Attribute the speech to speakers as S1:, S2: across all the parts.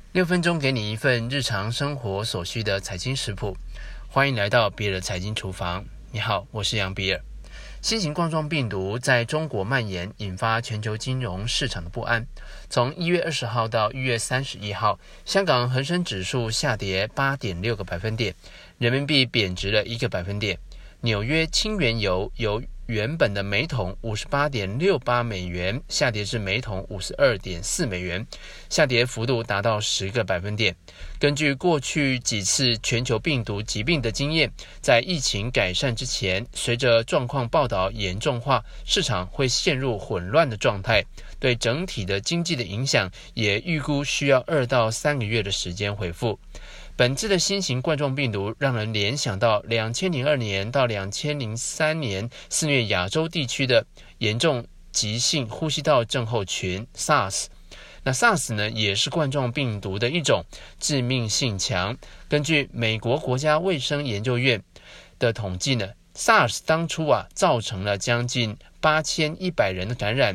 S1: 6分钟给你一份日常生活所需的财经食谱，欢迎来到比尔的财经厨房。你好，我是杨比尔。新型冠状病毒在中国蔓延，引发全球金融市场的不安。从1月20号到1月31号，香港恒生指数下跌 8.6 个百分点，人民币贬值了1个百分点。纽约轻原油由原本的每桶 58.68 美元下跌至每桶 52.4 美元，下跌幅度达到10个百分点。根据过去几次全球病毒疾病的经验，在疫情改善之前，随着状况报道严重化，市场会陷入混乱的状态，对整体的经济的影响也预估需要2到3个月的时间恢复。本次的新型冠状病毒让人联想到2002年到2003年肆虐亚洲地区的严重急性呼吸道症候群 SARS。 那 SARS 呢，也是冠状病毒的一种，致命性强。根据美国国家卫生研究院的统计呢， SARS 当初造成了将近8100人的感染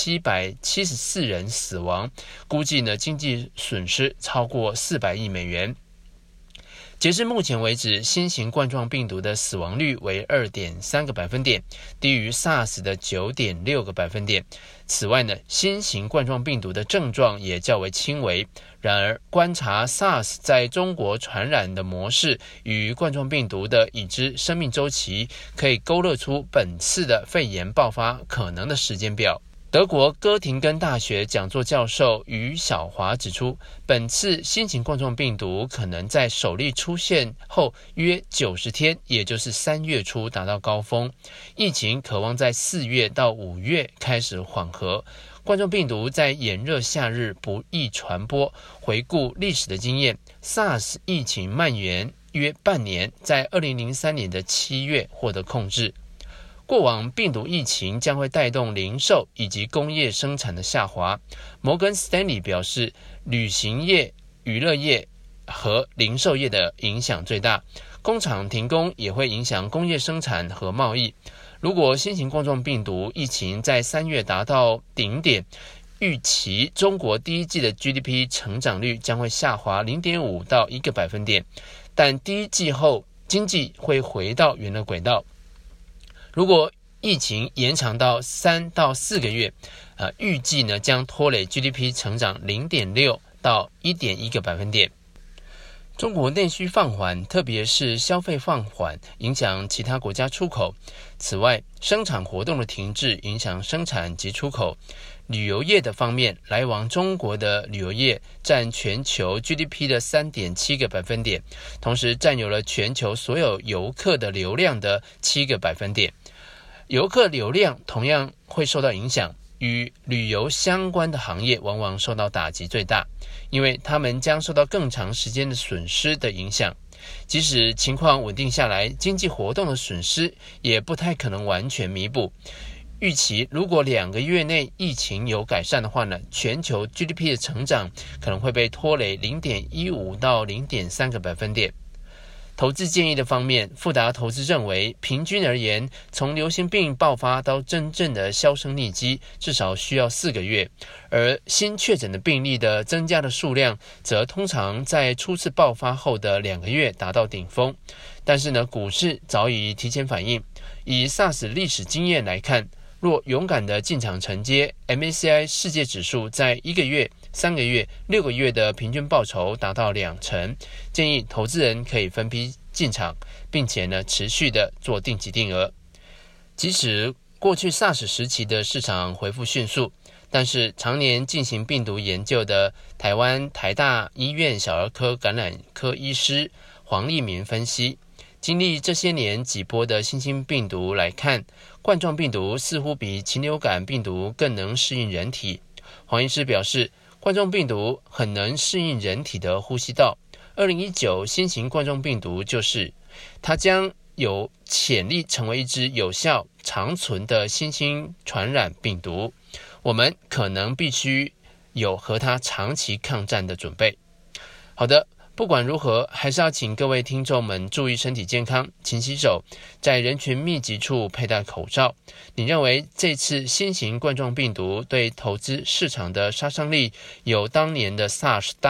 S1: ，774人死亡，估计呢经济损失超过400亿美元。截至目前为止，新型冠状病毒的死亡率为 2.3 个百分点，低于 SARS 的 9.6 个百分点。此外呢，新型冠状病毒的症状也较为轻微。然而，观察 SARS 在中国传染的模式与冠状病毒的已知生命周期，可以勾勒出本次的肺炎爆发可能的时间表。德国哥廷根大学讲座教授于小华指出，本次新型冠状病毒可能在首例出现后约90天，也就是3月初达到高峰，疫情可望在4月到5月开始缓和。冠状病毒在炎热夏日不易传播，回顾历史的经验， SARS 疫情蔓延约半年，在2003年的7月获得控制。过往病毒疫情将会带动零售以及工业生产的下滑。摩根斯丹利表示，旅行业、娱乐业和零售业的影响最大，工厂停工也会影响工业生产和贸易。如果新型冠状病毒疫情在3月达到顶点，预期中国第一季的 GDP 成长率将会下滑 0.5 到1个百分点，但第一季后经济会回到原来轨道。如果疫情延长到3到4个月，预计呢将拖累 GDP 成长 0.6 到 1.1个百分点。中国内需放缓，特别是消费放缓，影响其他国家出口。此外，生产活动的停滞影响生产及出口。旅游业的方面，来往中国的旅游业占全球 GDP 的 3.7 个百分点，同时占有了全球所有游客的流量的7个百分点。游客流量同样会受到影响，与旅游相关的行业往往受到打击最大，因为他们将受到更长时间的损失的影响。即使情况稳定下来，经济活动的损失也不太可能完全弥补。预期如果2个月内疫情有改善的话呢，全球 GDP 的成长可能会被拖累 0.15 到 0.3 个百分点。投资建议的方面，富达投资认为，平均而言，从流行病爆发到真正的销声匿迹，至少需要4个月，而新确诊的病例的增加的数量，则通常在初次爆发后的2个月达到顶峰。但是呢，股市早已提前反应，以 SARS 历史经验来看，若勇敢的进场承接 MSCI 世界指数在1个月、3个月、6个月的平均报酬达到2成，建议投资人可以分批进场，并且呢持续的做定期定额。即使过去 SARS 时期的市场恢复迅速，但是常年进行病毒研究的台湾台大医院小儿科感染科医师黄立民分析，经历这些年几波的新兴病毒来看，冠状病毒似乎比禽流感病毒更能适应人体。黄医师表示，冠状病毒很能适应人体的呼吸道。2019新型冠状病毒就是它将有潜力成为一支有效长存的新兴传染病毒，我们可能必须有和它长期抗战的准备。好的，不管如何，还是要请各位听众们注意身体健康，勤洗手，在人群密集处佩戴口罩。你认为这次新型冠状病毒对投资市场的杀伤力有当年的 SARS 大吗？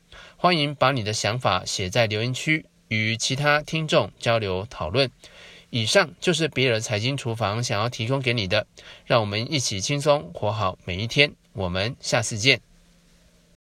S1: 欢迎把你的想法写在留言区，与其他听众交流讨论。以上就是比尔财经厨房想要提供给你的，让我们一起轻松活好每一天。我们下次见。